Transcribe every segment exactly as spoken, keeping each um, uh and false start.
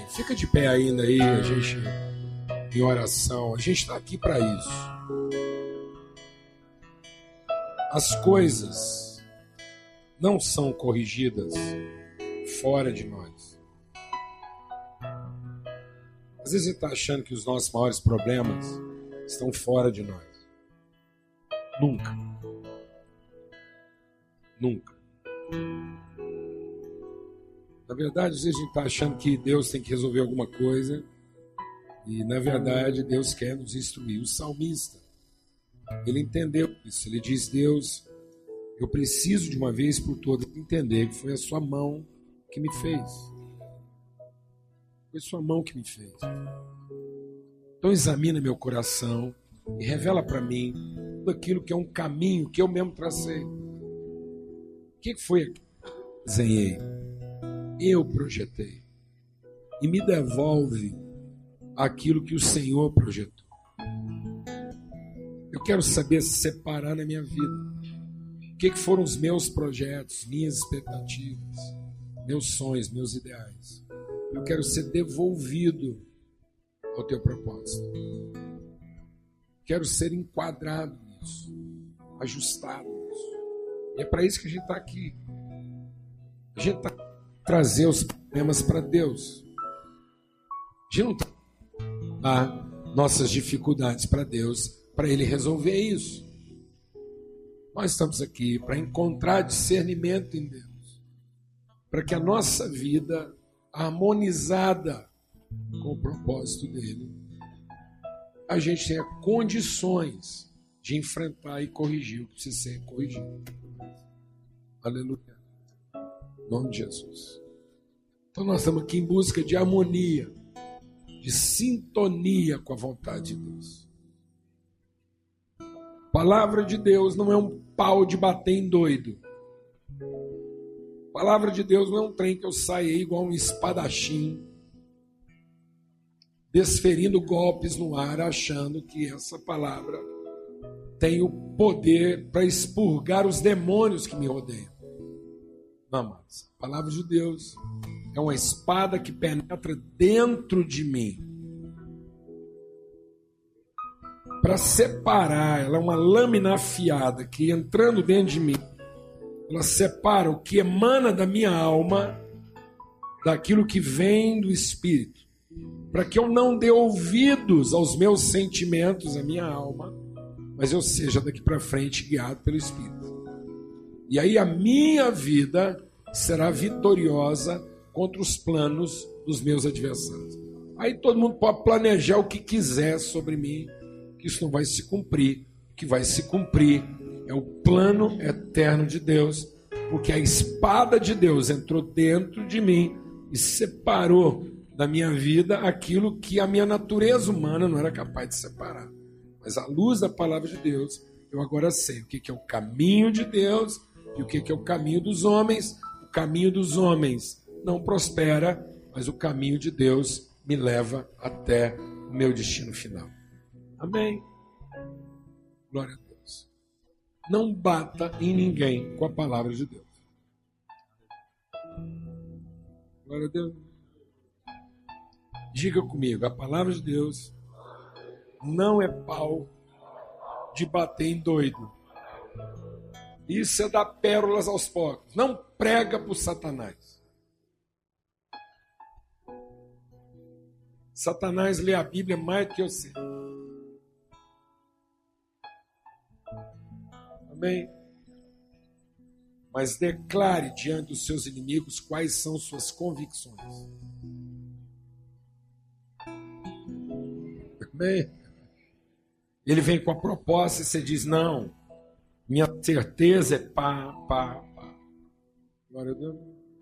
Fica de pé ainda aí, a gente em oração. A gente está aqui para isso. As coisas não são corrigidas fora de nós. Às vezes você está achando que os nossos maiores problemas estão fora de nós. Nunca. Nunca. Na verdade, às vezes a gente está achando que Deus tem que resolver alguma coisa e, na verdade, Deus quer nos instruir. O salmista, ele entendeu isso. Ele diz: Deus, eu preciso de uma vez por todas entender que foi a sua mão que me fez. Foi a sua mão que me fez. Então examina meu coração e revela para mim tudo aquilo que é um caminho que eu mesmo tracei. O que foi que eu desenhei? Eu projetei. E me devolve aquilo que o Senhor projetou. Eu quero saber separar na minha vida. O que foram os meus projetos, minhas expectativas, meus sonhos, meus ideais. Eu quero ser devolvido ao teu propósito. Quero ser enquadrado nisso, ajustado nisso. E é para isso que a gente está aqui. A gente está trazer os problemas para Deus. A gente não está dar nossas dificuldades para Deus, para Ele resolver isso. Nós estamos aqui para encontrar discernimento em Deus, para que a nossa vida, harmonizada com o propósito dEle, a gente tenha condições de enfrentar e corrigir o que precisa ser corrigido. Aleluia. Em nome de Jesus. Então nós estamos aqui em busca de harmonia, de sintonia com a vontade de Deus. A palavra de Deus não é um pau de bater em doido. A palavra de Deus não é um trem que eu saio aí igual um espadachim, desferindo golpes no ar, achando que essa palavra tem o poder para expurgar os demônios que me rodeiam. Não, amados. A palavra de Deus é uma espada que penetra dentro de mim para separar. Ela é uma lâmina afiada que, entrando dentro de mim, ela separa o que emana da minha alma daquilo que vem do Espírito, para que eu não dê ouvidos aos meus sentimentos, à minha alma, mas eu seja daqui para frente guiado pelo Espírito. E aí a minha vida será vitoriosa contra os planos dos meus adversários. Aí todo mundo pode planejar o que quiser sobre mim, que isso não vai se cumprir. O que vai se cumprir é o plano eterno de Deus, porque a espada de Deus entrou dentro de mim e separou da minha vida aquilo que a minha natureza humana não era capaz de separar. Mas à luz da palavra de Deus, eu agora sei o que é o caminho de Deus e o que é o caminho dos homens. O caminho dos homens não prospera, mas o caminho de Deus me leva até o meu destino final. Amém? Glória a Deus. Não bata em ninguém com a palavra de Deus. Glória a Deus. Diga comigo, a palavra de Deus não é pau de bater em doido. Isso é dar pérolas aos porcos. Não prega para o Satanás. Satanás lê a Bíblia mais do que eu sei. Amém? Mas declare diante dos seus inimigos quais são suas convicções. Amém? Ele vem com a proposta e você diz: não, minha certeza é pá, pá, pá. Glória a Deus.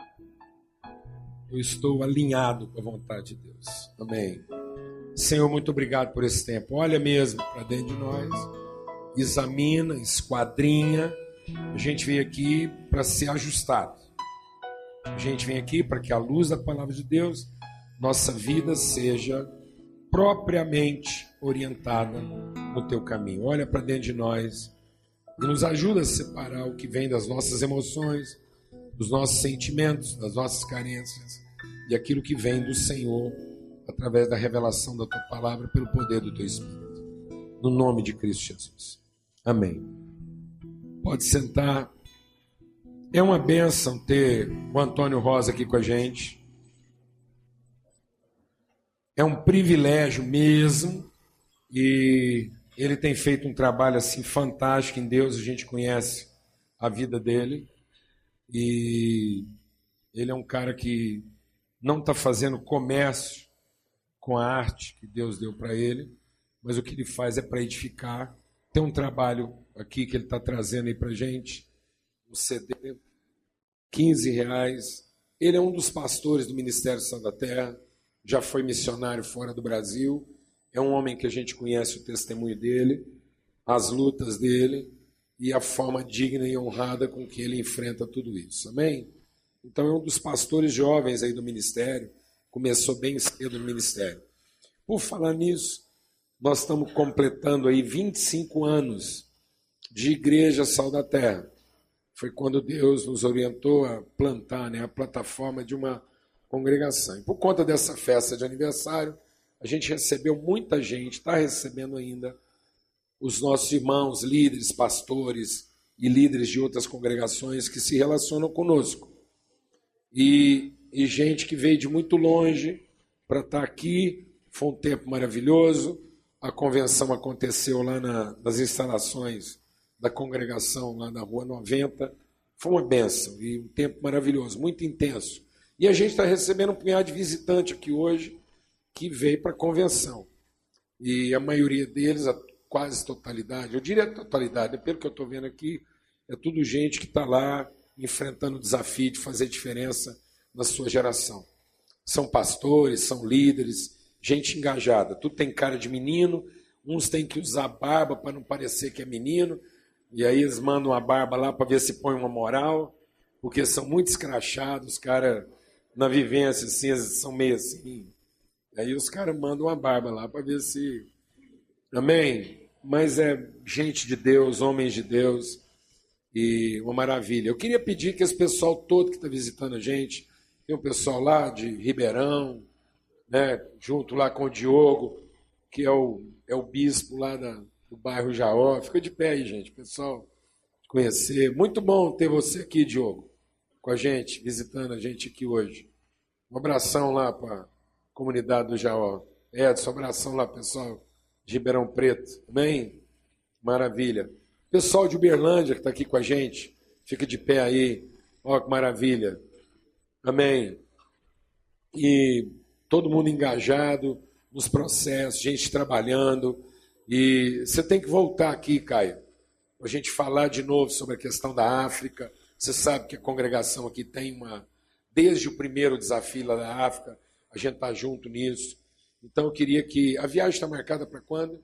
Eu estou alinhado com a vontade de Deus. Amém. Senhor, muito obrigado por esse tempo. Olha mesmo para dentro de nós. Examina, esquadrinha. A gente veio aqui para ser ajustado. A gente vem aqui para que, à luz da palavra de Deus, nossa vida seja propriamente orientada no teu caminho. Olha para dentro de nós e nos ajuda a separar o que vem das nossas emoções, dos nossos sentimentos, das nossas carências, e aquilo que vem do Senhor através da revelação da tua palavra pelo poder do teu Espírito. No nome de Cristo Jesus. Amém. Pode sentar. É uma bênção ter o Antônio Rosa aqui com a gente. É um privilégio mesmo. E ele tem feito um trabalho assim fantástico em Deus. A gente conhece a vida dele. E ele é um cara que não está fazendo comércio com a arte que Deus deu para ele, mas o que ele faz é para edificar. Tem um trabalho aqui que ele está trazendo aí para a gente, um C D, quinze reais. Ele é um dos pastores do Ministério Sal da Terra, já foi missionário fora do Brasil, é um homem que a gente conhece o testemunho dele, as lutas dele e a forma digna e honrada com que ele enfrenta tudo isso. Amém? Então é um dos pastores jovens aí do ministério, começou bem cedo no ministério. Por falar nisso, nós estamos completando aí vinte e cinco anos de Igreja Sal da Terra. Foi quando Deus nos orientou a plantar, né, a plataforma de uma congregação. E por conta dessa festa de aniversário, a gente recebeu muita gente, está recebendo ainda, os nossos irmãos, líderes, pastores e líderes de outras congregações que se relacionam conosco. E, e gente que veio de muito longe para estar aqui. Foi um tempo maravilhoso. A convenção aconteceu lá na, nas instalações da congregação, lá na Rua noventa. Foi uma bênção e um tempo maravilhoso, muito intenso. E a gente está recebendo um punhado de visitante aqui hoje que veio para a convenção. E a maioria deles, a quase totalidade, eu diria a totalidade, pelo que eu estou vendo aqui, é tudo gente que está lá enfrentando o desafio de fazer diferença na sua geração. São pastores, são líderes, gente engajada. Tudo tem cara de menino, uns têm que usar barba para não parecer que é menino, e aí eles mandam a barba lá para ver se põe uma moral, porque são muito escrachados, os caras, na vivência, assim, eles são meio assim. Aí os caras mandam uma barba lá para ver se... Amém? Mas é gente de Deus, homens de Deus, e uma maravilha. Eu queria pedir que esse pessoal todo que está visitando a gente, tem um pessoal lá de Ribeirão, né, junto lá com o Diogo, que é o, é o bispo lá da, do bairro Jaó. Fica de pé aí, gente, pessoal, conhecer. Muito bom ter você aqui, Diogo, com a gente, visitando a gente aqui hoje. Um abração lá para a comunidade do Jaó. Edson, um abração lá, pessoal de Ribeirão Preto. Amém? Maravilha. Pessoal de Uberlândia que está aqui com a gente, fica de pé aí. Ó, que maravilha. Amém. E todo mundo engajado nos processos, gente trabalhando. E você tem que voltar aqui, Caio, para a gente falar de novo sobre a questão da África. Você sabe que a congregação aqui tem uma... Desde o primeiro desafio lá da África, a gente está junto nisso. Então eu queria que... A viagem está marcada para quando?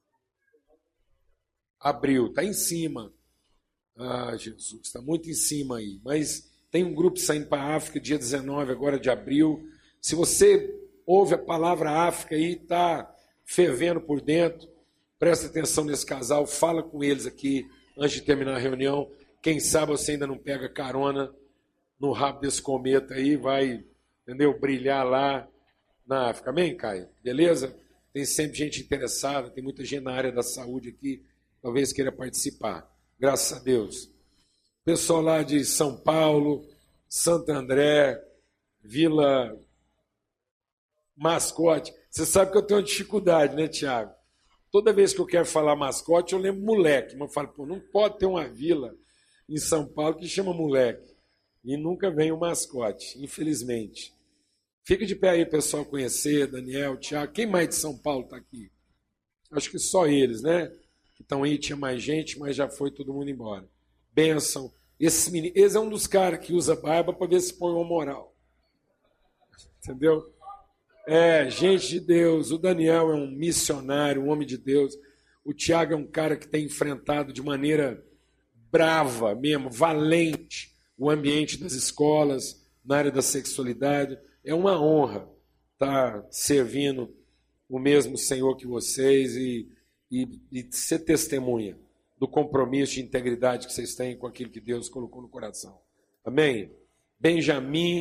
Abril, está em cima. Ah, Jesus, está muito em cima aí. Mas tem um grupo saindo para a África dia dezenove agora de abril. Se você ouve a palavra África e está fervendo por dentro, presta atenção nesse casal, fala com eles aqui antes de terminar a reunião. Quem sabe você ainda não pega carona no rabo desse cometa aí, vai, entendeu, brilhar lá na África. Amém, Caio? Beleza? Tem sempre gente interessada, tem muita gente na área da saúde aqui, talvez queira participar. Graças a Deus. Pessoal lá de São Paulo, Santo André, Vila Mascote. Você sabe que eu tenho uma dificuldade, né, Tiago? Toda vez que eu quero falar mascote, eu lembro moleque. Mas eu falo, pô, não pode ter uma vila em São Paulo que chama moleque. E nunca vem o mascote, infelizmente. Fica de pé aí, pessoal, conhecer, Daniel, Tiago. Quem mais de São Paulo está aqui? Acho que só eles, né? Que estão aí, tinha mais gente, mas já foi todo mundo embora. Bênção. Esse, menino, esse é um dos caras que usa barba para ver se põe uma moral. Entendeu? É, gente de Deus. O Daniel é um missionário, um homem de Deus. O Tiago é um cara que tem enfrentado de maneira brava mesmo, valente, o ambiente das escolas, na área da sexualidade. É uma honra estar servindo o mesmo Senhor que vocês e, e, e ser testemunha do compromisso de integridade que vocês têm com aquilo que Deus colocou no coração. Amém? Benjamin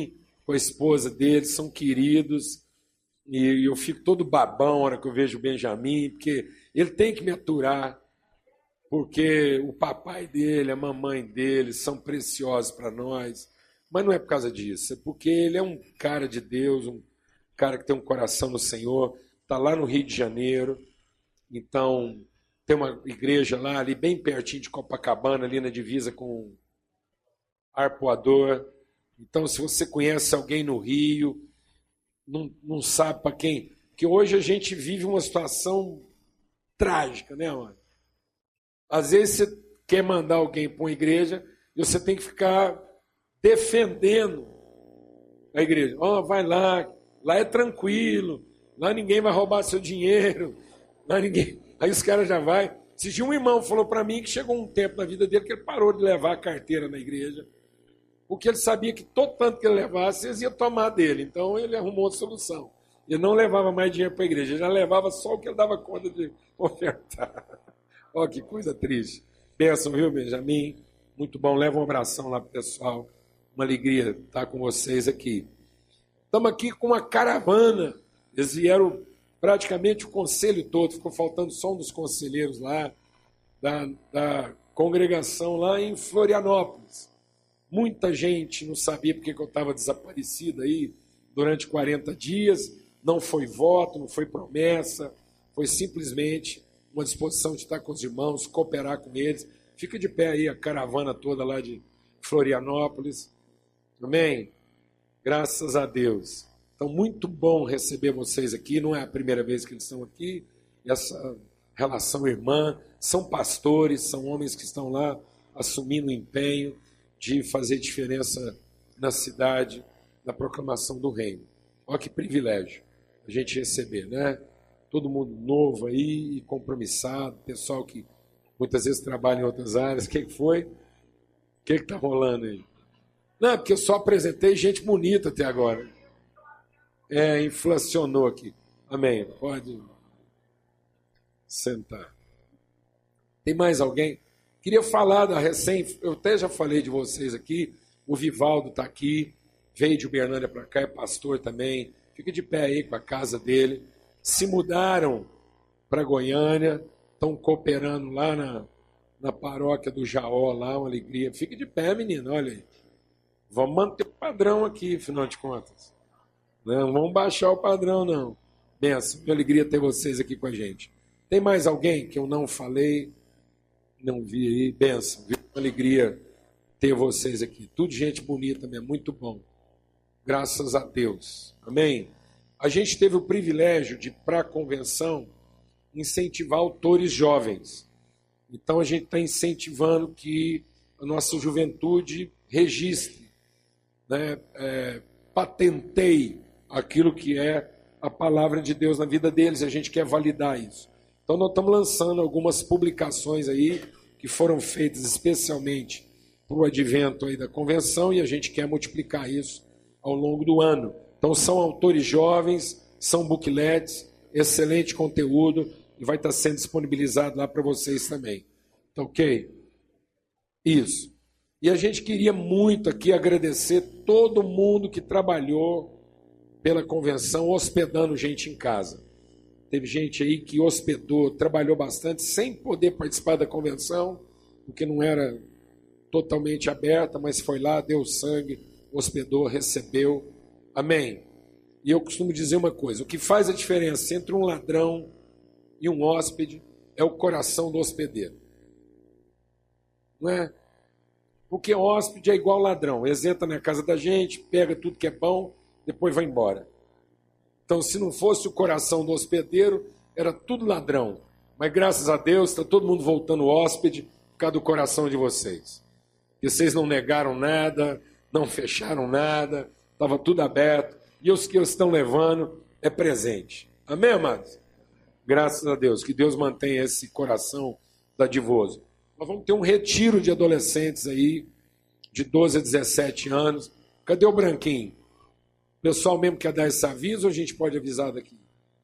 com a esposa dele, são queridos, e eu fico todo babão na hora que eu vejo o Benjamin, porque ele tem que me aturar, porque o papai dele, a mamãe dele são preciosos para nós, mas não é por causa disso, é porque ele é um cara de Deus, um cara que tem um coração no Senhor, está lá no Rio de Janeiro, então tem uma igreja lá, ali bem pertinho de Copacabana, ali na divisa com Arpoador. Então, se você conhece alguém no Rio, não, não sabe para quem, porque hoje a gente vive uma situação trágica, né, mano? Às vezes você quer mandar alguém para uma igreja e você tem que ficar defendendo a igreja. Ó, oh, vai lá, lá é tranquilo, lá ninguém vai roubar seu dinheiro, lá ninguém... Aí os caras já vai. Esse dia um irmão falou para mim que chegou um tempo na vida dele que ele parou de levar a carteira na igreja, porque ele sabia que todo tanto que ele levasse, eles iam tomar dele. Então ele arrumou uma solução. Ele não levava mais dinheiro para a igreja, ele já levava só o que ele dava conta de ofertar. Olha que coisa triste. Benção, viu, Benjamin? Muito bom. Leva um abração lá para o pessoal. Uma alegria estar com vocês aqui. Estamos aqui com uma caravana. Eles vieram praticamente o conselho todo. Ficou faltando só um dos conselheiros lá, da, da congregação lá em Florianópolis. Muita gente não sabia porque que eu estava desaparecido aí durante quarenta dias. Não foi voto, não foi promessa. Foi simplesmente uma disposição de estar com os irmãos, cooperar com eles. Fica de pé aí a caravana toda lá de Florianópolis. Amém? Graças a Deus. Então, muito bom receber vocês aqui. Não é a primeira vez que eles estão aqui. Essa relação irmã. São pastores, são homens que estão lá assumindo o empenho de fazer diferença na cidade, na proclamação do reino. Olha que privilégio a gente receber, né? Todo mundo novo aí, compromissado, pessoal que muitas vezes trabalha em outras áreas. O que foi? O que está rolando aí? Não, porque eu só apresentei gente bonita até agora. É, inflacionou aqui. Amém. Pode sentar. Tem mais alguém? Queria falar da recém... Eu até já falei de vocês aqui. O Vivaldo está aqui. Veio de Uberlândia para cá, é pastor também. Fica de pé aí com a casa dele. Se mudaram para Goiânia. Estão cooperando lá na, na paróquia do Jaó, lá, uma alegria. Fique de pé, menino, olha aí. Vamos manter o padrão aqui, afinal de contas. Não vamos baixar o padrão, não. Benção, que alegria ter vocês aqui com a gente. Tem mais alguém que eu não falei? Não vi aí. Benção, viu? Uma alegria ter vocês aqui. Tudo gente bonita mesmo, muito bom. Graças a Deus. Amém? A gente teve o privilégio de, para a convenção, incentivar autores jovens. Então, a gente está incentivando que a nossa juventude registre, né, é, patenteie aquilo que é a palavra de Deus na vida deles. A gente quer validar isso. Então, nós estamos lançando algumas publicações aí que foram feitas especialmente para o advento aí da convenção e a gente quer multiplicar isso ao longo do ano. Então, são autores jovens, são booklets, excelente conteúdo e vai estar sendo disponibilizado lá para vocês também. Tá ok? Isso. E a gente queria muito aqui agradecer todo mundo que trabalhou pela convenção, hospedando gente em casa. Teve gente aí que hospedou, trabalhou bastante, sem poder participar da convenção, porque não era totalmente aberta, mas foi lá, deu sangue, hospedou, recebeu. Amém? E eu costumo dizer uma coisa, o que faz a diferença entre um ladrão e um hóspede é o coração do hospedeiro. Não é? Porque hóspede é igual ladrão, eles entram na casa da gente, pega tudo que é bom, depois vai embora. Então, se não fosse o coração do hospedeiro, era tudo ladrão. Mas graças a Deus, está todo mundo voltando hóspede por causa do coração de vocês. E vocês não negaram nada, não fecharam nada, estava tudo aberto. E os que estão levando é presente. Amém, amados? Graças a Deus, que Deus mantenha esse coração dadivoso. Nós vamos ter um retiro de adolescentes aí, de doze a dezessete anos. Cadê o branquinho? O pessoal mesmo quer dar esse aviso ou a gente pode avisar daqui?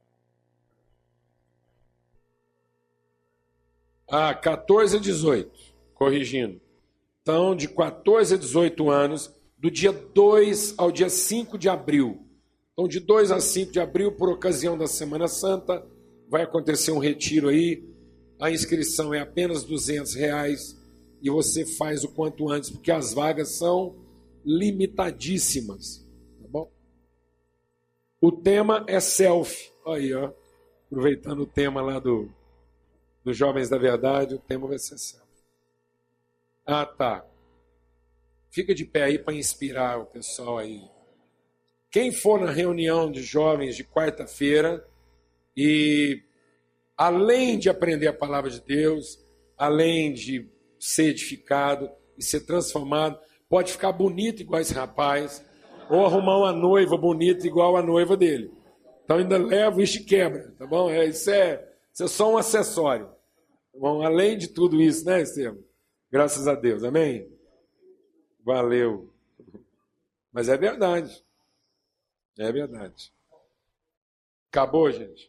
Ah, quatorze a dezoito, corrigindo. Então, de quatorze a dezoito anos, do dia dois ao dia cinco de abril. Então, de dois a cinco de abril, por ocasião da Semana Santa, vai acontecer um retiro aí. A inscrição é apenas duzentos reais e você faz o quanto antes, porque as vagas são limitadíssimas. Tá bom? O tema é selfie. Aí, ó. Aproveitando o tema lá do, dos Jovens da Verdade, o tema vai ser selfie. Ah, tá. Fica de pé aí para inspirar o pessoal aí. Quem for na reunião de jovens de quarta-feira e, além de aprender a palavra de Deus, além de ser edificado e ser transformado, pode ficar bonito igual esse rapaz, ou arrumar uma noiva bonita igual a noiva dele. Então ainda leva isso e quebra, tá bom? É, isso, é, isso é só um acessório. Tá bom? Além de tudo isso, né, Estevam? Graças a Deus, amém? Valeu. Mas é verdade. É verdade. Acabou, gente?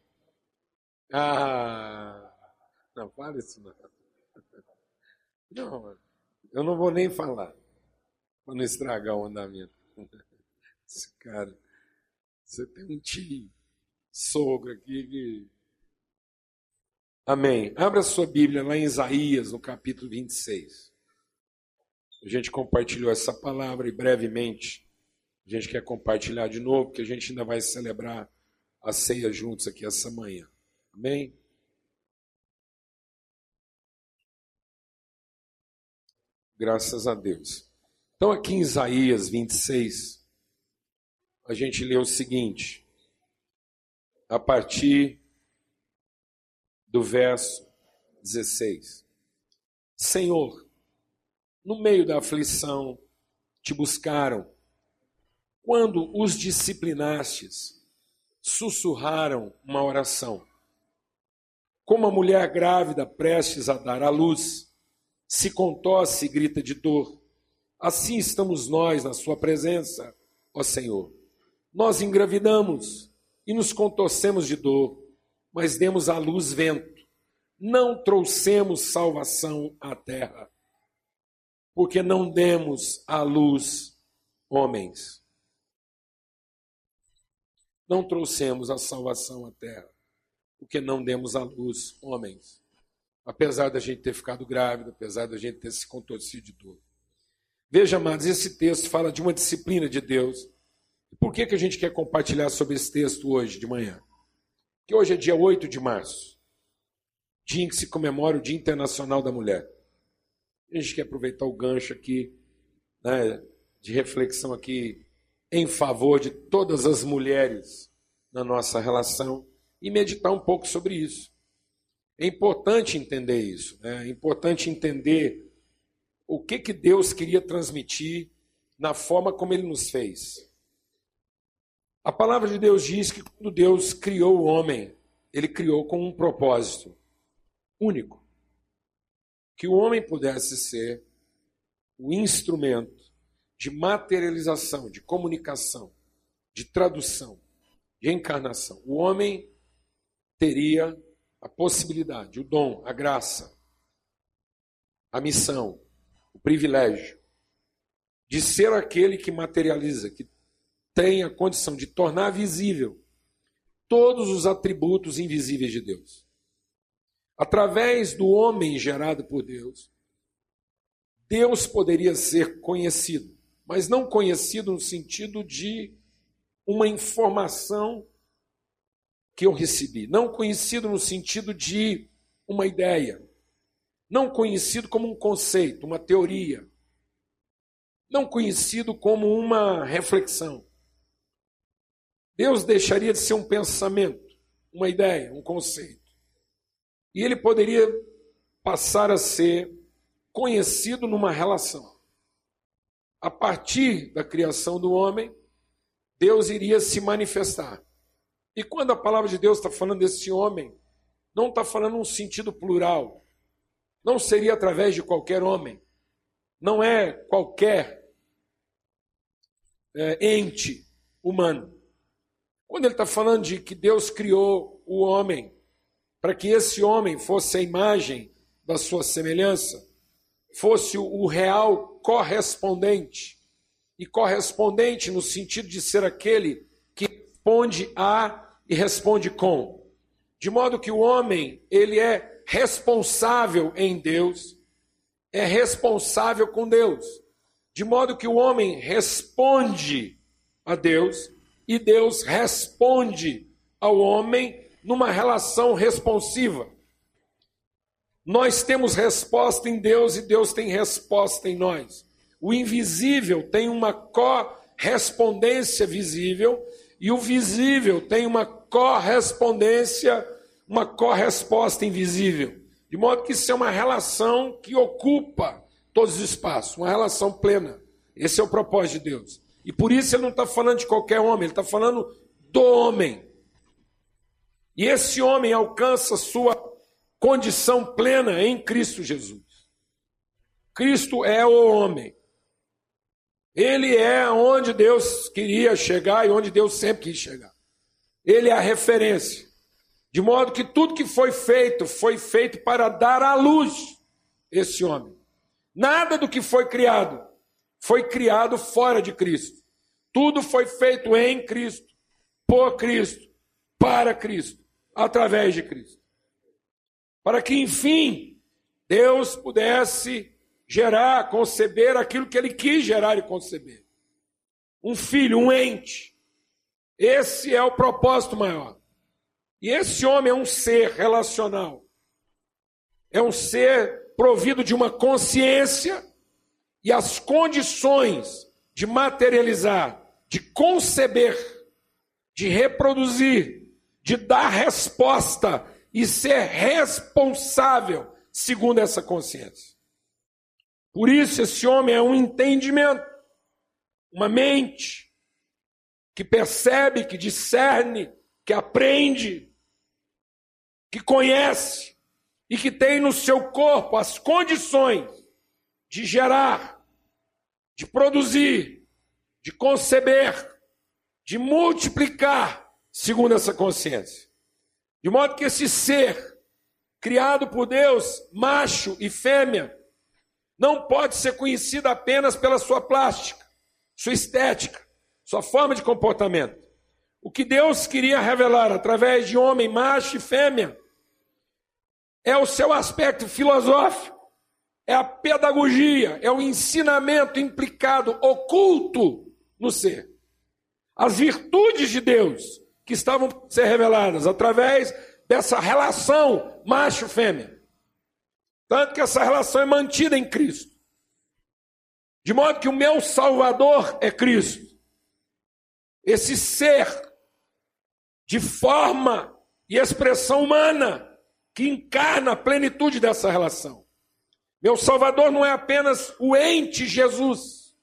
Ah, não, fala isso não. Não, eu não vou nem falar, para não estragar o andamento. Esse cara, você tem um tio, sogro aqui que... Amém. Abra sua Bíblia lá em Isaías, no capítulo vinte e seis. A gente compartilhou essa palavra e brevemente a gente quer compartilhar de novo, porque a gente ainda vai celebrar a ceia juntos aqui essa manhã. Amém? Graças a Deus. Então aqui em Isaías vinte e seis, a gente lê o seguinte, a partir do verso dezesseis. Senhor, no meio da aflição te buscaram, quando os disciplinastes, sussurraram uma oração. Como a mulher grávida prestes a dar à luz, se contorce e grita de dor, assim estamos nós na sua presença, ó Senhor. Nós engravidamos e nos contorcemos de dor, mas demos à luz vento. Não trouxemos salvação à terra, porque não demos à luz homens. Não trouxemos a salvação à terra, porque não demos à luz homens. Apesar da gente ter ficado grávida, apesar da gente ter se contorcido de dor. Veja, amados, esse texto fala de uma disciplina de Deus. E por que, que a gente quer compartilhar sobre esse texto hoje de manhã? Porque hoje é dia oito de março, dia em que se comemora o Dia Internacional da Mulher. A gente quer aproveitar o gancho aqui, né, de reflexão aqui, em favor de todas as mulheres na nossa relação e meditar um pouco sobre isso. É importante entender isso, né? É importante entender o que, que Deus queria transmitir na forma como Ele nos fez. A palavra de Deus diz que quando Deus criou o homem, Ele criou com um propósito único. Que o homem pudesse ser o instrumento de materialização, de comunicação, de tradução, de encarnação. O homem teria a possibilidade, o dom, a graça, a missão, o privilégio de ser aquele que materializa, que tem a condição de tornar visível todos os atributos invisíveis de Deus. Através do homem gerado por Deus, Deus poderia ser conhecido. Mas não conhecido no sentido de uma informação que eu recebi. Não conhecido no sentido de uma ideia. Não conhecido como um conceito, uma teoria. Não conhecido como uma reflexão. Deus deixaria de ser um pensamento, uma ideia, um conceito. E ele poderia passar a ser conhecido numa relação. A partir da criação do homem, Deus iria se manifestar. E quando a palavra de Deus está falando desse homem, não está falando num sentido plural. Não seria através de qualquer homem. Não é qualquer é, ente humano. Quando ele está falando de que Deus criou o homem, para que esse homem fosse a imagem da sua semelhança, fosse o real correspondente e correspondente no sentido de ser aquele que responde a e responde com. De modo que o homem, ele é responsável em Deus, é responsável com Deus. De modo que o homem responde a Deus e Deus responde ao homem numa relação responsiva. Nós temos resposta em Deus e Deus tem resposta em nós. O invisível tem uma correspondência visível e o visível tem uma correspondência, uma corresposta invisível. De modo que isso é uma relação que ocupa todos os espaços, uma relação plena. Esse é o propósito de Deus. E por isso ele não está falando de qualquer homem, ele está falando do homem. E esse homem alcança sua condição plena em Cristo Jesus. Cristo é o homem. Ele é onde Deus queria chegar e onde Deus sempre quis chegar. Ele é a referência. De modo que tudo que foi feito, foi feito para dar à luz esse homem. Nada do que foi criado, foi criado fora de Cristo. Tudo foi feito em Cristo, por Cristo, para Cristo, através de Cristo. Para que, enfim, Deus pudesse gerar, conceber aquilo que Ele quis gerar e conceber. Um filho, um ente. Esse é o propósito maior. E esse homem é um ser relacional. É um ser provido de uma consciência e as condições de materializar, de conceber, de reproduzir, de dar resposta e ser responsável segundo essa consciência. Por isso esse homem é um entendimento, uma mente que percebe, que discerne, que aprende, que conhece e que tem no seu corpo as condições de gerar, de produzir, de conceber, de multiplicar segundo essa consciência. De modo que esse ser, criado por Deus, macho e fêmea, não pode ser conhecido apenas pela sua plástica, sua estética, sua forma de comportamento. O que Deus queria revelar através de homem, macho e fêmea é o seu aspecto filosófico, é a pedagogia, é o ensinamento implicado, oculto no ser. As virtudes de Deus que estavam a ser reveladas através dessa relação macho-fêmea. Tanto que essa relação é mantida em Cristo. De modo que o meu Salvador é Cristo. Esse ser de forma e expressão humana que encarna a plenitude dessa relação. Meu Salvador não é apenas o ente Jesus,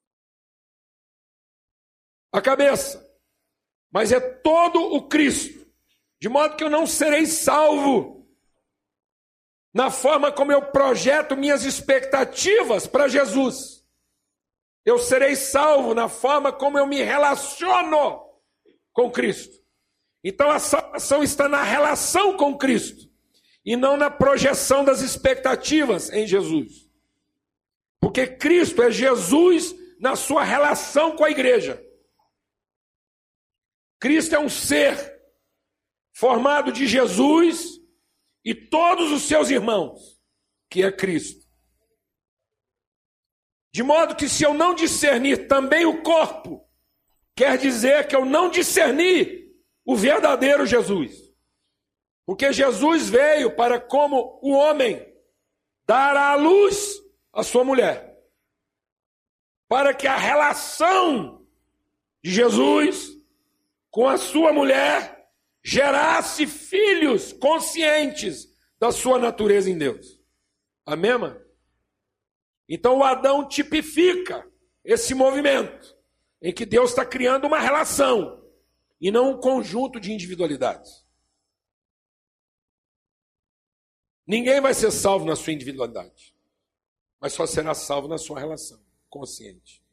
a cabeça, mas é todo o Cristo, de modo que eu não serei salvo na forma como eu projeto minhas expectativas para Jesus. Eu serei salvo na forma como eu me relaciono com Cristo. Então a salvação está na relação com Cristo e não na projeção das expectativas em Jesus. Porque Cristo é Jesus na sua relação com a igreja. Cristo é um ser formado de Jesus e todos os seus irmãos, que é Cristo. De modo que se eu não discernir também o corpo, quer dizer que eu não discerni o verdadeiro Jesus. Porque Jesus veio para, como o homem, dar à luz a sua mulher. Para que a relação de Jesus com a sua mulher gerasse filhos conscientes da sua natureza em Deus. Amém, mano? Então o Adão tipifica esse movimento em que Deus está criando uma relação e não um conjunto de individualidades. Ninguém vai ser salvo na sua individualidade, mas só será salvo na sua relação consciente.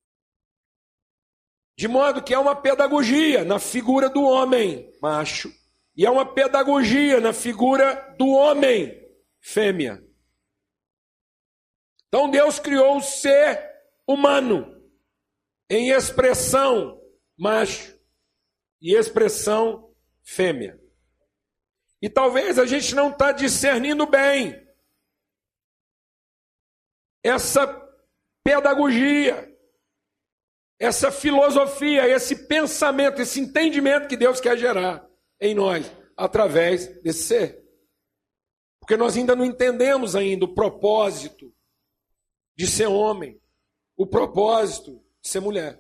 De modo que é uma pedagogia na figura do homem macho e é uma pedagogia na figura do homem fêmea. Então Deus criou o ser humano em expressão macho e expressão fêmea. E talvez a gente não está discernindo bem essa pedagogia, essa filosofia, esse pensamento, esse entendimento que Deus quer gerar em nós, através desse ser. Porque nós ainda não entendemos ainda o propósito de ser homem, o propósito de ser mulher.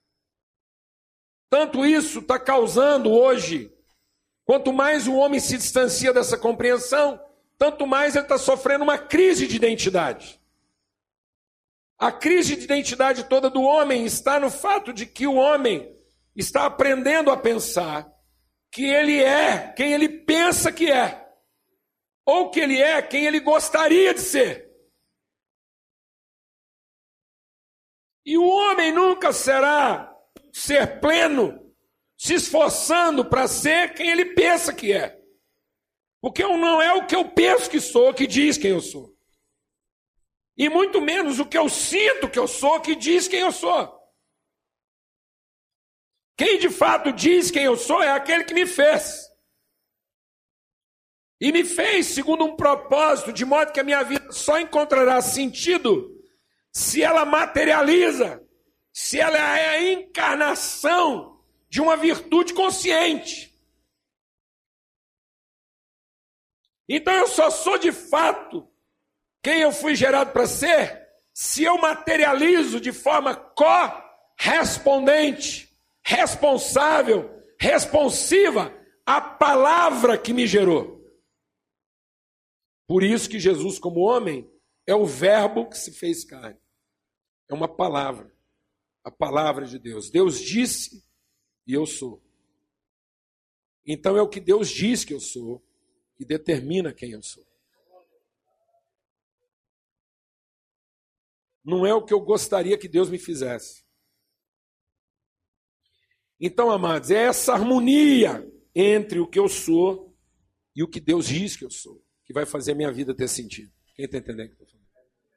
Tanto isso está causando hoje, quanto mais o homem se distancia dessa compreensão, tanto mais ele está sofrendo uma crise de identidade. A crise de identidade toda do homem está no fato de que o homem está aprendendo a pensar que ele é quem ele pensa que é, ou que ele é quem ele gostaria de ser. E o homem nunca será ser pleno, se esforçando para ser quem ele pensa que é. Porque não é o que eu penso que sou que diz quem eu sou. E muito menos o que eu sinto que eu sou que diz quem eu sou. Quem de fato diz quem eu sou é aquele que me fez. E me fez segundo um propósito, de modo que a minha vida só encontrará sentido se ela materializa, se ela é a encarnação de uma virtude consciente. Então eu só sou de fato quem eu fui gerado para ser se eu materializo de forma correspondente, responsável, responsiva à palavra que me gerou. Por isso que Jesus, como homem, é o verbo que se fez carne. É uma palavra, a palavra de Deus. Deus disse e eu sou. Então é o que Deus diz que eu sou que determina quem eu sou. Não é o que eu gostaria que Deus me fizesse. Então, amados, é essa harmonia entre o que eu sou e o que Deus diz que eu sou que vai fazer a minha vida ter sentido. Quem está entendendo o que eu estou falando?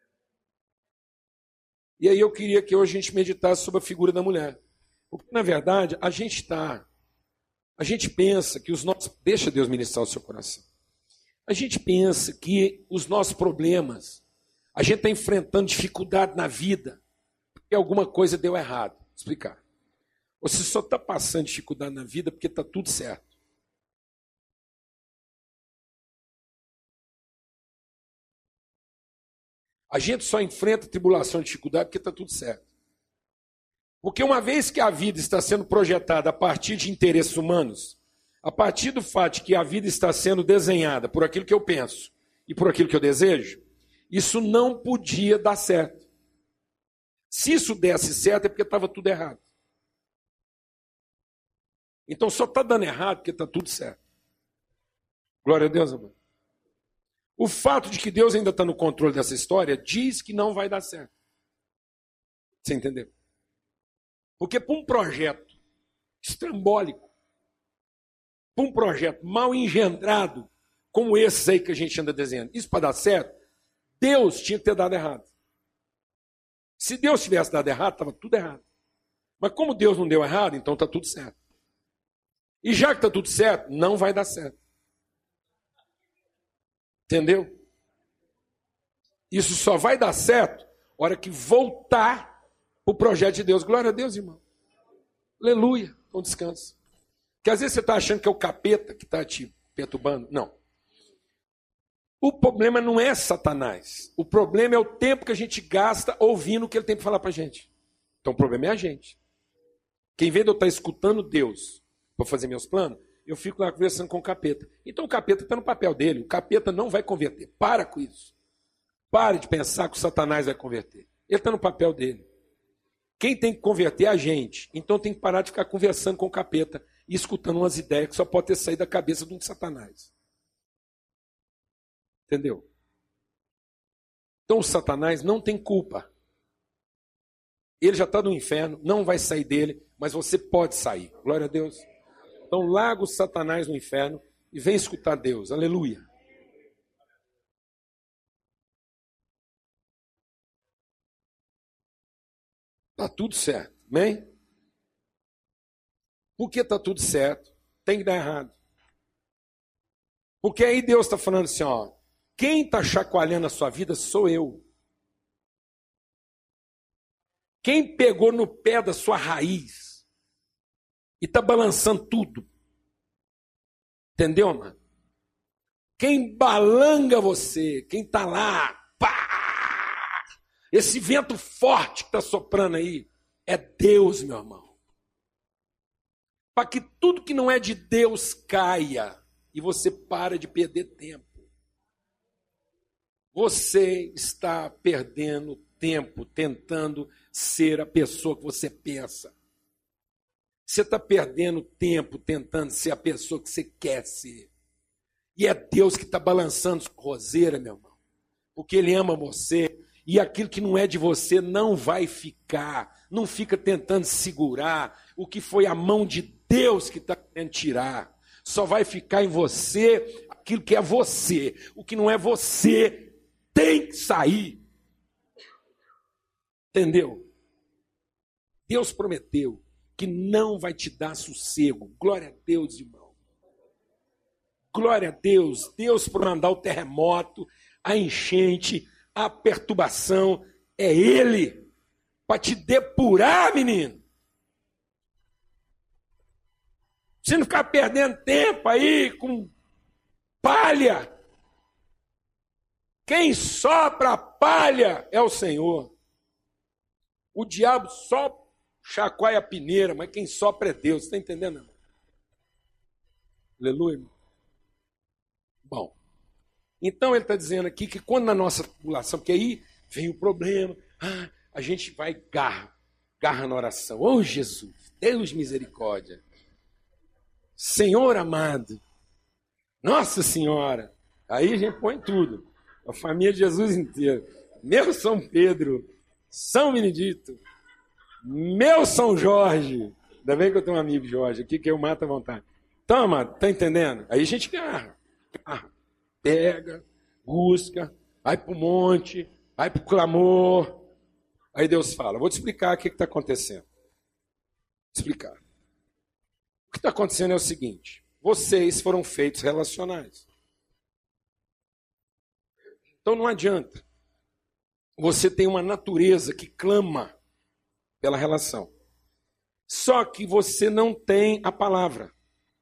E aí eu queria que hoje a gente meditasse sobre a figura da mulher. Porque, na verdade, a gente está... A gente pensa que os nossos... Deixa Deus ministrar o seu coração. A gente pensa que os nossos problemas... A gente está enfrentando dificuldade na vida porque alguma coisa deu errado. Vou explicar. Você só está passando dificuldade na vida porque está tudo certo. A gente só enfrenta tribulação e dificuldade porque está tudo certo. Porque uma vez que a vida está sendo projetada a partir de interesses humanos, a partir do fato de que a vida está sendo desenhada por aquilo que eu penso e por aquilo que eu desejo, isso não podia dar certo. Se isso desse certo é porque estava tudo errado. Então só está dando errado porque está tudo certo. Glória a Deus, amor. O fato de que Deus ainda está no controle dessa história diz que não vai dar certo. Você entendeu? Porque para um projeto estrambólico, para um projeto mal engendrado, como esse aí que a gente anda desenhando, isso para dar certo, Deus tinha que ter dado errado. Se Deus tivesse dado errado, estava tudo errado. Mas como Deus não deu errado, então está tudo certo. E já que está tudo certo, não vai dar certo. Entendeu? Isso só vai dar certo na hora que voltar para o projeto de Deus. Glória a Deus, irmão. Aleluia. Então descansa. Porque às vezes você está achando que é o capeta que está te perturbando. Não. O problema não é Satanás. O problema é o tempo que a gente gasta ouvindo o que ele tem para falar para a gente. Então o problema é a gente. Que em vez de eu estar escutando Deus para fazer meus planos, eu fico lá conversando com o capeta. Então o capeta está no papel dele. O capeta não vai converter. Para com isso. Pare de pensar que o Satanás vai converter. Ele está no papel dele. Quem tem que converter é a gente. Então tem que parar de ficar conversando com o capeta e escutando umas ideias que só pode ter saído da cabeça de um Satanás. Entendeu? Então o Satanás não tem culpa. Ele já está no inferno, não vai sair dele, mas você pode sair. Glória a Deus. Então larga o Satanás no inferno e vem escutar Deus. Aleluia. Está tudo certo. Amém? Porque está tudo certo, tem que dar errado. Porque aí Deus está falando assim, ó, quem está chacoalhando a sua vida sou eu. Quem pegou no pé da sua raiz e está balançando tudo. Entendeu, mano? Quem balanga você, quem está lá, pá, esse vento forte que está soprando aí, é Deus, meu irmão. Para que tudo que não é de Deus caia e você para de perder tempo. Você está perdendo tempo tentando ser a pessoa que você pensa. Você está perdendo tempo tentando ser a pessoa que você quer ser. E é Deus que está balançando sua roseira, meu irmão. Porque Ele ama você. E aquilo que não é de você não vai ficar. Não fica tentando segurar o que foi a mão de Deus que está querendo tirar. Só vai ficar em você aquilo que é você. O que não é você tem que sair. Entendeu? Deus prometeu que não vai te dar sossego. Glória a Deus, irmão. Glória a Deus. Deus por mandar o terremoto, a enchente, a perturbação. É Ele para te depurar, menino. Você não ficar perdendo tempo aí com palha. Quem sopra a palha é o Senhor. O diabo só chacoalha a peneira, mas quem sopra é Deus. Está entendendo, irmão? Aleluia, irmão. Bom, então ele está dizendo aqui que quando na nossa tribulação, porque aí vem o problema, ah, a gente vai garra, garra na oração. Oh, Jesus, Deus misericórdia. Senhor amado, Nossa Senhora. Aí a gente põe tudo. A família de Jesus inteira. Meu São Pedro, São Benedito, meu São Jorge. Ainda bem que eu tenho um amigo Jorge aqui que eu mato à vontade. Então, amado, tá entendendo? Aí a gente garra, garra, pega, busca, vai pro monte, vai pro clamor. Aí Deus fala, vou te explicar o que está acontecendo. Vou te explicar. O que está acontecendo é o seguinte, vocês foram feitos relacionais. Então não adianta. Você tem uma natureza que clama pela relação. Só que você não tem a palavra.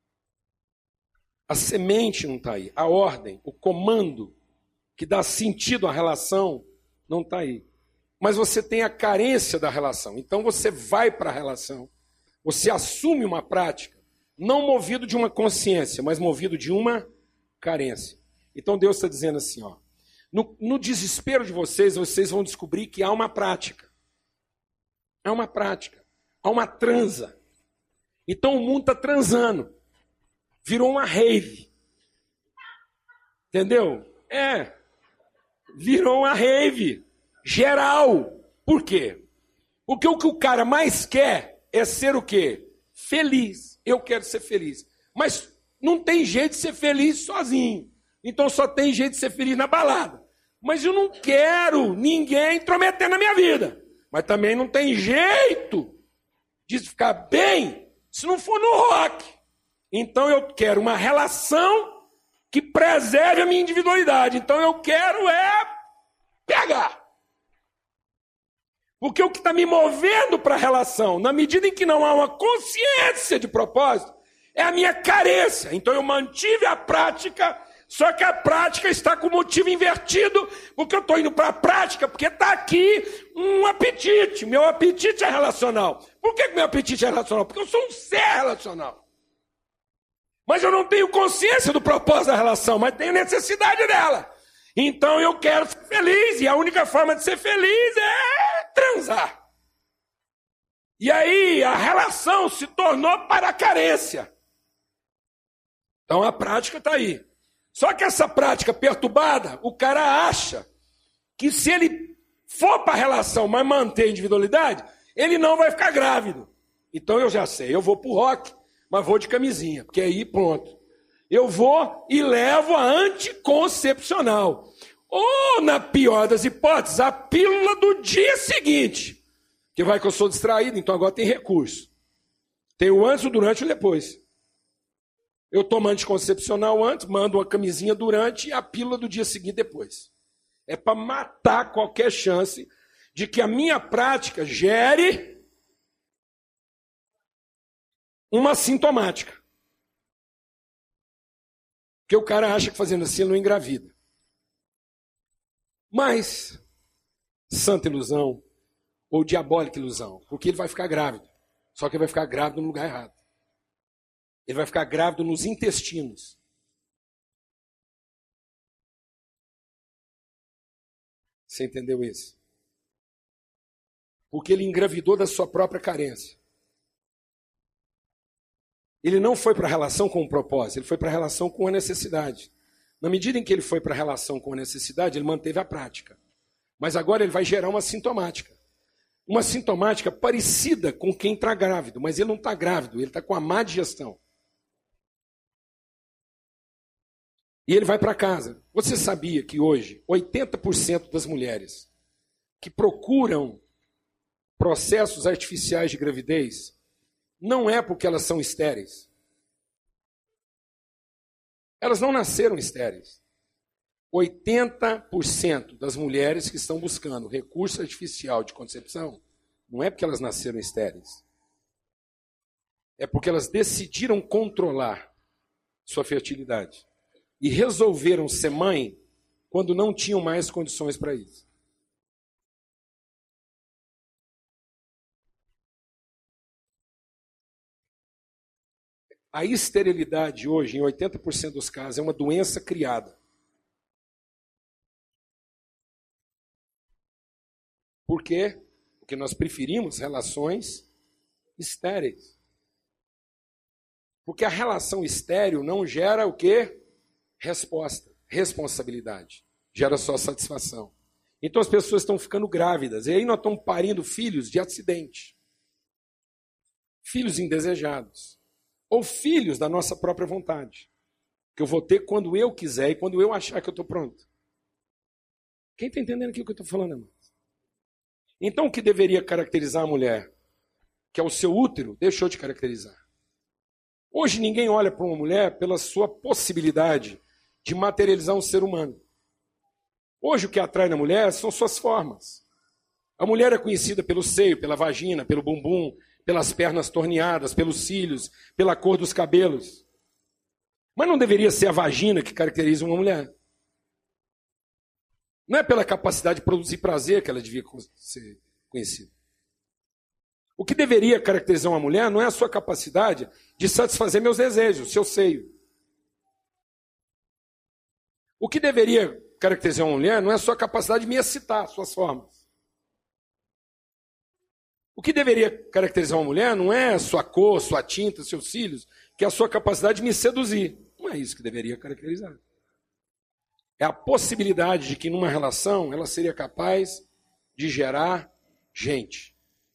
A semente não está aí. A ordem, o comando que dá sentido à relação não está aí. Mas você tem a carência da relação. Então você vai para a relação. Você assume uma prática, não movido de uma consciência, mas movido de uma carência. Então Deus está dizendo assim, ó. No, no desespero de vocês, vocês vão descobrir que há uma prática. Há uma prática. Há uma transa. Então o mundo está transando. Virou uma rave. Entendeu? É. Virou uma rave. Geral. Por quê? Porque o que o cara mais quer é ser o quê? Feliz. Eu quero ser feliz. Mas não tem jeito de ser feliz sozinho. Então só tem jeito de ser feliz na balada. Mas eu não quero ninguém intrometer na minha vida. Mas também não tem jeito de ficar bem se não for no rock. Então eu quero uma relação que preserve a minha individualidade. Então eu quero é pegar. Porque o que está me movendo para a relação, na medida em que não há uma consciência de propósito, é a minha carência. Então eu mantive a prática, só que a prática está com o motivo invertido, porque eu estou indo para a prática, porque está aqui um apetite. Meu apetite é relacional. Por que meu apetite é relacional? Porque eu sou um ser relacional. Mas eu não tenho consciência do propósito da relação, mas tenho necessidade dela. Então eu quero ser feliz, e a única forma de ser feliz é transar. E aí a relação se tornou para a carência. Então a prática está aí. Só que essa prática perturbada, o cara acha que se ele for para a relação, mas manter a individualidade, ele não vai ficar grávido. Então eu já sei, eu vou para o rock, mas vou de camisinha, porque aí pronto. Eu vou e levo a anticoncepcional. Ou, na pior das hipóteses, a pílula do dia seguinte. Que vai que eu sou distraído, então agora tem recurso. Tem o antes, o durante e o depois. Eu tomo anticoncepcional antes, mando uma camisinha durante e a pílula do dia seguinte depois. É para matar qualquer chance de que a minha prática gere uma sintomática. Porque o cara acha que fazendo assim ele não engravida. Mas, santa ilusão, ou diabólica ilusão, porque ele vai ficar grávido. Só que ele vai ficar grávido no lugar errado. Ele vai ficar grávido nos intestinos. Você entendeu isso? Porque ele engravidou da sua própria carência. Ele não foi para a relação com o propósito, ele foi para a relação com a necessidade. Na medida em que ele foi para a relação com a necessidade, ele manteve a prática. Mas agora ele vai gerar uma sintomática. Uma sintomática parecida com quem está grávido, mas ele não está grávido, ele está com a má digestão. E ele vai para casa. Você sabia que hoje oitenta por cento das mulheres que procuram processos artificiais de gravidez não é porque elas são estéreis. Elas não nasceram estéreis. oitenta por cento das mulheres que estão buscando recurso artificial de concepção não é porque elas nasceram estéreis. É porque elas decidiram controlar sua fertilidade. E resolveram ser mãe quando não tinham mais condições para isso. A esterilidade hoje, em oitenta por cento dos casos, é uma doença criada. Por quê? Porque nós preferimos relações estéreis. Porque a relação estéril não gera o quê? Resposta, responsabilidade. Gera só satisfação. Então as pessoas estão ficando grávidas. E aí nós estamos parindo filhos de acidente. Filhos indesejados. Ou filhos da nossa própria vontade. Que eu vou ter quando eu quiser e quando eu achar que eu estou pronto. Quem está entendendo aquilo que eu estou falando, irmão? Então o que deveria caracterizar a mulher, que é o seu útero, deixou de caracterizar. Hoje ninguém olha para uma mulher pela sua possibilidade de materializar um ser humano. Hoje o que atrai na mulher são suas formas. A mulher é conhecida pelo seio, pela vagina, pelo bumbum, pelas pernas torneadas, pelos cílios, pela cor dos cabelos. Mas não deveria ser a vagina que caracteriza uma mulher. Não é pela capacidade de produzir prazer que ela devia ser conhecida. O que deveria caracterizar uma mulher não é a sua capacidade de satisfazer meus desejos, seu seio. O que deveria caracterizar uma mulher não é a sua capacidade de me excitar, suas formas. O que deveria caracterizar uma mulher não é a sua cor, sua tinta, seus cílios, que é a sua capacidade de me seduzir. Não é isso que deveria caracterizar. É a possibilidade de que numa relação ela seria capaz de gerar gente.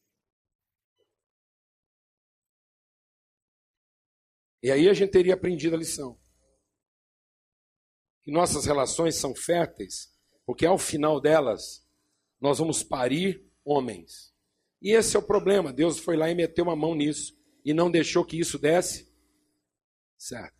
E aí a gente teria aprendido a lição. Que nossas relações são férteis, porque ao final delas, nós vamos parir homens. E esse é o problema. Deus foi lá e meteu uma mão nisso, e não deixou que isso desse certo.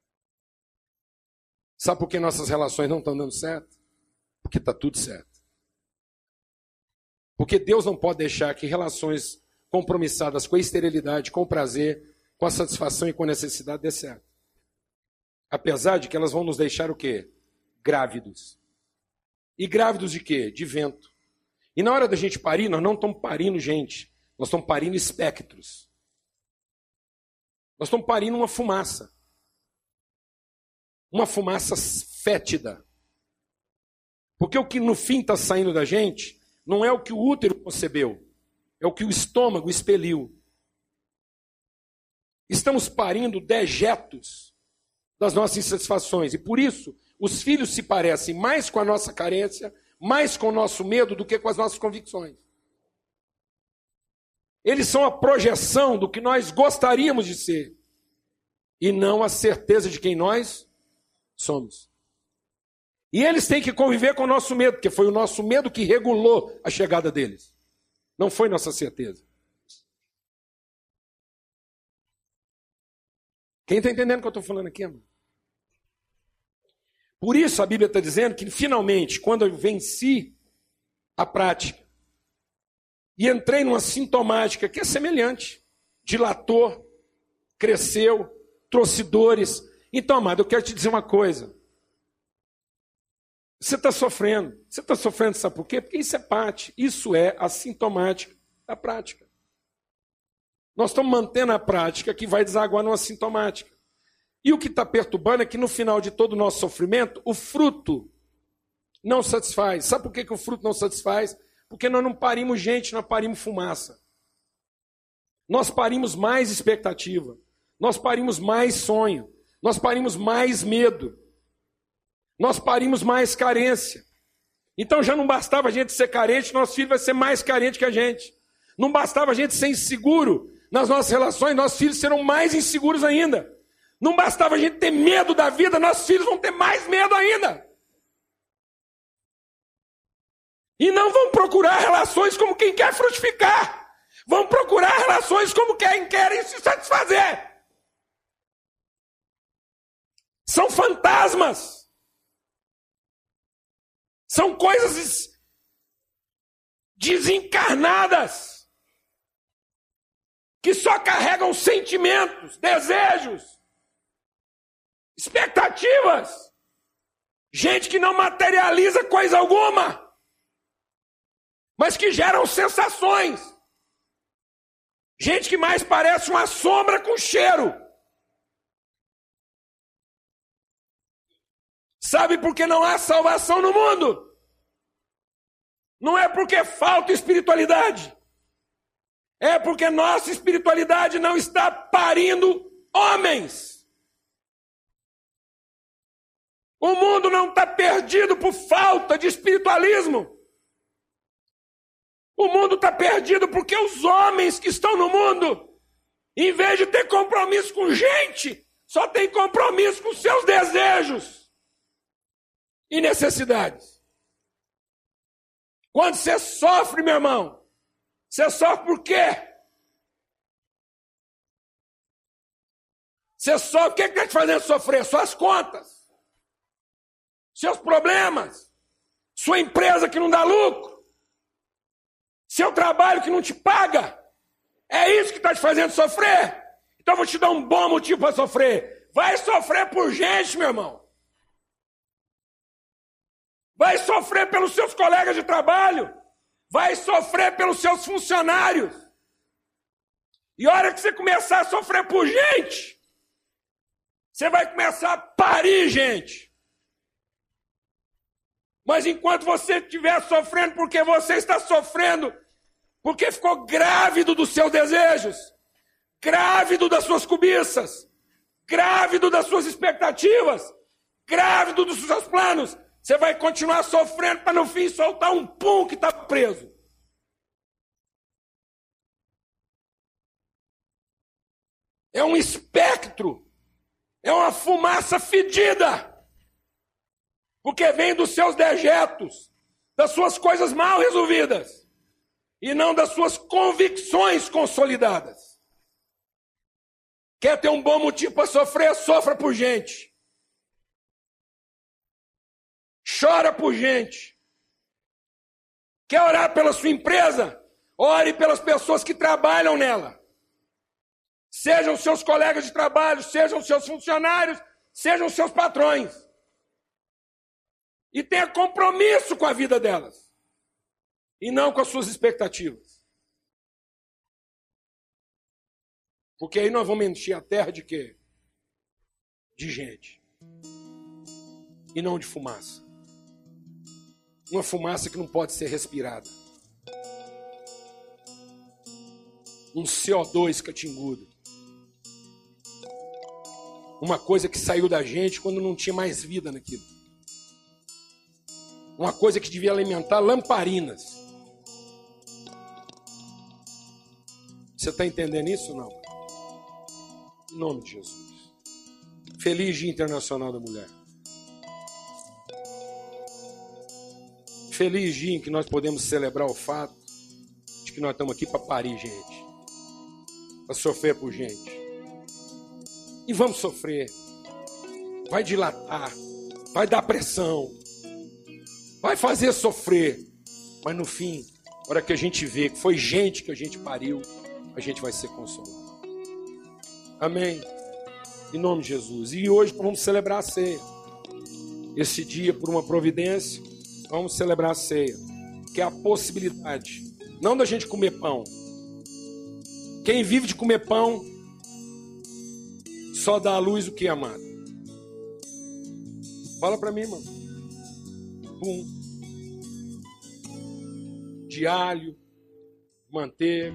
Sabe por que nossas relações não estão dando certo? Porque está tudo certo. Porque Deus não pode deixar que relações compromissadas com a esterilidade, com o prazer, com a satisfação e com a necessidade dê certo. Apesar de que elas vão nos deixar o quê? Grávidos. E grávidos de quê? De vento. E na hora da gente parir, nós não estamos parindo gente. Nós estamos parindo espectros. Nós estamos parindo uma fumaça. Uma fumaça fétida. Porque o que no fim está saindo da gente não é o que o útero concebeu. É o que o estômago expeliu. Estamos parindo dejetos das nossas insatisfações. E por isso, os filhos se parecem mais com a nossa carência, mais com o nosso medo do que com as nossas convicções. Eles são a projeção do que nós gostaríamos de ser. E não a certeza de quem nós somos. E eles têm que conviver com o nosso medo, porque foi o nosso medo que regulou a chegada deles. Não foi nossa certeza. Quem está entendendo o que eu estou falando aqui, irmão? Por isso a Bíblia está dizendo que, finalmente, quando eu venci a prática e entrei numa sintomática que é semelhante, dilatou, cresceu, trouxe dores. Então, amado, eu quero te dizer uma coisa. Você está sofrendo. Você está sofrendo, sabe por quê? Porque isso é parte, isso é a sintomática da prática. Nós estamos mantendo a prática que vai desaguar numa sintomática. E o que está perturbando é que no final de todo o nosso sofrimento, o fruto não satisfaz. Sabe por que, que o fruto não satisfaz? Porque nós não parimos gente, nós parimos fumaça. Nós parimos mais expectativa. Nós parimos mais sonho. Nós parimos mais medo. Nós parimos mais carência. Então já não bastava a gente ser carente, nosso filho vai ser mais carente que a gente. Não bastava a gente ser inseguro nas nossas relações, nossos filhos serão mais inseguros ainda. Não bastava a gente ter medo da vida, nossos filhos vão ter mais medo ainda. E não vão procurar relações como quem quer frutificar. Vão procurar relações como quem querem se satisfazer. São fantasmas. São coisas desencarnadas. Que só carregam sentimentos, desejos, expectativas. Gente que não materializa coisa alguma, mas que geram sensações. Gente que mais parece uma sombra com cheiro. Sabe por que não há salvação no mundo? Não é porque falta espiritualidade. É porque nossa espiritualidade não está parindo homens. O mundo não está perdido por falta de espiritualismo. O mundo está perdido porque os homens que estão no mundo, em vez de ter compromisso com gente, só tem compromisso com seus desejos e necessidades. Quando você sofre, meu irmão, você sofre por quê? Você sofre, o que está te fazendo sofrer? Suas contas, seus problemas, sua empresa que não dá lucro, seu trabalho que não te paga. É isso que está te fazendo sofrer? Então eu vou te dar um bom motivo para sofrer. Vai sofrer por gente, meu irmão. Vai sofrer pelos seus colegas de trabalho. Vai sofrer pelos seus funcionários. E a hora que você começar a sofrer por gente, você vai começar a parir gente. Mas enquanto você estiver sofrendo porque você está sofrendo, porque ficou grávido dos seus desejos, grávido das suas cobiças, grávido das suas expectativas, grávido dos seus planos, você vai continuar sofrendo para no fim soltar um pum que está preso. É um espectro. É uma fumaça fedida. Porque vem dos seus dejetos, das suas coisas mal resolvidas, e não das suas convicções consolidadas. Quer ter um bom motivo para sofrer? Sofra por gente. Chora por gente. Quer orar pela sua empresa? Ore pelas pessoas que trabalham nela. Sejam seus colegas de trabalho, sejam seus funcionários, sejam seus patrões. E tenha compromisso com a vida delas. E não com as suas expectativas. Porque aí nós vamos encher a terra de quê? De gente. E não de fumaça. Uma fumaça que não pode ser respirada. Um C O dois catingudo. Uma coisa que saiu da gente quando não tinha mais vida naquilo. Uma coisa que devia alimentar lamparinas. Você está entendendo isso ou não? Em nome de Jesus. Feliz Dia Internacional da Mulher. Feliz dia em que nós podemos celebrar o fato de que nós estamos aqui para parir gente, para sofrer por gente. E vamos sofrer. Vai dilatar, vai dar pressão, vai fazer sofrer. Mas no fim, na hora que a gente vê que foi gente que a gente pariu, a gente vai ser consolado. Amém? Em nome de Jesus. E hoje vamos celebrar a ceia. Esse dia, por uma providência, vamos celebrar a ceia, que é a possibilidade, não da gente comer pão. Quem vive de comer pão só dá à luz o que, amado? Fala para mim, irmão. Pum. De alho, manteiga.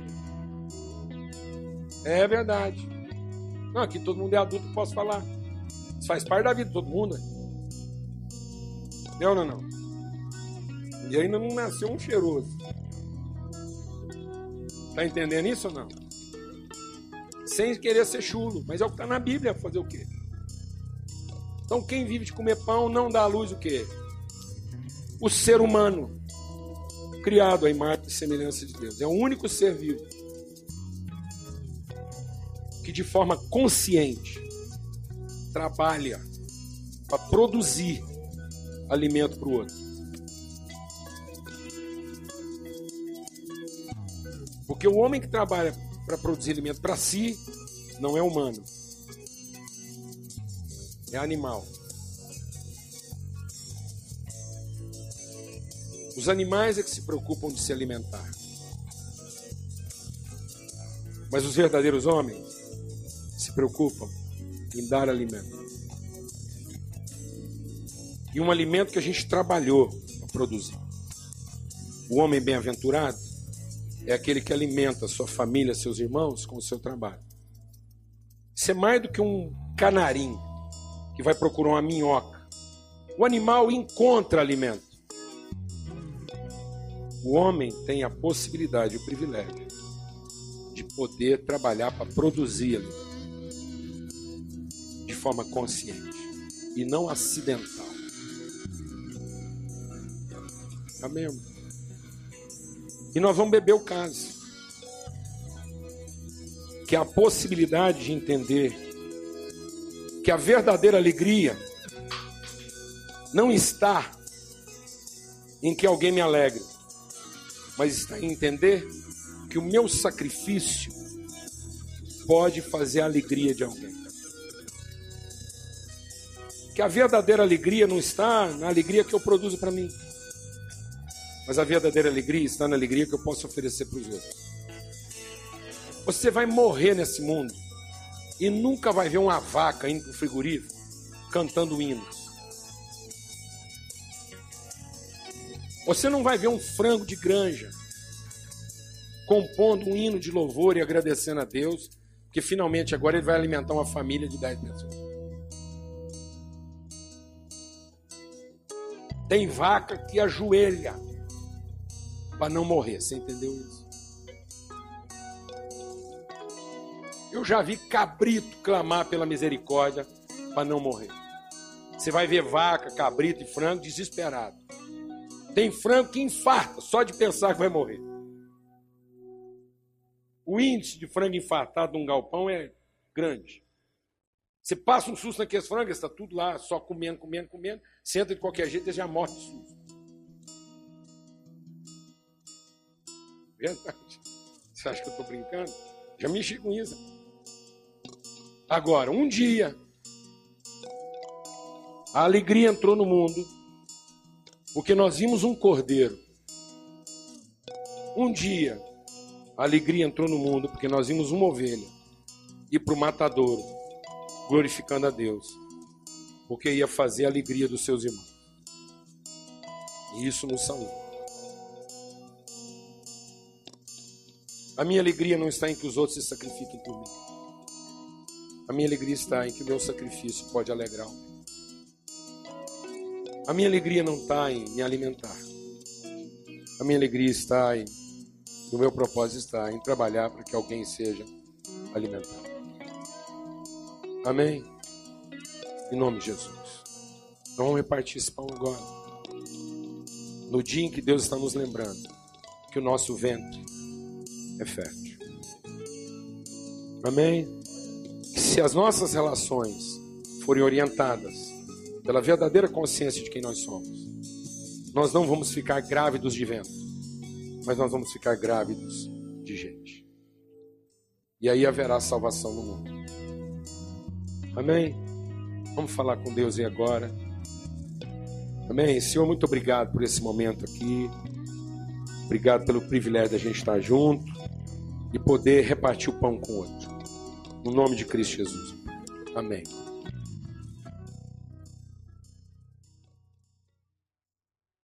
É verdade. Não, aqui todo mundo é adulto, posso falar. Isso faz parte da vida de todo mundo. Não, não, não. E ainda não nasceu um cheiroso. Tá entendendo isso ou não? Sem querer ser chulo, mas é o que está na Bíblia, fazer o quê? Então quem vive de comer pão não dá à luz o quê? O ser humano, criado à imagem e semelhança de Deus. É o único ser vivo que de forma consciente trabalha para produzir alimento para o outro. Porque o homem que trabalha para produzir alimento para si não é humano, é animal. Os animais é que se preocupam de se alimentar, mas os verdadeiros homens se preocupam em dar alimento. E um alimento que a gente trabalhou para produzir. O homem bem-aventurado é aquele que alimenta sua família, seus irmãos com o seu trabalho. Isso é mais do que um canarim que vai procurar uma minhoca. O animal encontra alimento. O homem tem a possibilidade, o privilégio de poder trabalhar para produzir alimento de forma consciente e não acidental. Amém? E nós vamos beber o cálice, que é a possibilidade de entender que a verdadeira alegria não está em que alguém me alegre, mas está em entender que o meu sacrifício pode fazer a alegria de alguém. Que a verdadeira alegria não está na alegria que eu produzo para mim, mas a verdadeira alegria está na alegria que eu posso oferecer para os outros. Você vai morrer nesse mundo e nunca vai ver uma vaca indo para o frigorífico cantando hinos. Você não vai ver um frango de granja compondo um hino de louvor e agradecendo a Deus, porque finalmente agora ele vai alimentar uma família de dez pessoas. Tem vaca que ajoelha para não morrer. Você entendeu isso? Eu já vi cabrito clamar pela misericórdia para não morrer. Você vai ver vaca, cabrito e frango desesperado. Tem frango que infarta só de pensar que vai morrer. O índice de frango infartado num galpão é grande. Você passa um susto naqueles frangos, está tudo lá, só comendo, comendo, comendo. Senta de qualquer jeito e já morre de susto. Verdade. Você acha que eu estou brincando? Já mexi com isso. Agora, um dia, a alegria entrou no mundo, porque nós vimos um cordeiro. Um dia, a alegria entrou no mundo, porque nós vimos uma ovelha ir para o matadouro, glorificando a Deus, porque ia fazer a alegria dos seus irmãos. E isso nos salvou. A minha alegria não está em que os outros se sacrifiquem por mim. A minha alegria está em que o meu sacrifício pode alegrar alguém. A minha alegria não está em me alimentar. A minha alegria está em... O meu propósito está em trabalhar para que alguém seja alimentado. Amém? Em nome de Jesus. Nós vamos repartir esse pão agora. No dia em que Deus está nos lembrando que o nosso ventre é fértil. Amém? Se as nossas relações forem orientadas pela verdadeira consciência de quem nós somos, nós não vamos ficar grávidos de vento, mas nós vamos ficar grávidos de gente. E aí haverá salvação no mundo. Amém? Vamos falar com Deus aí agora. Amém? Senhor, muito obrigado por esse momento aqui. Obrigado pelo privilégio de a gente estar junto e poder repartir o pão com o outro. No nome de Cristo Jesus. Amém.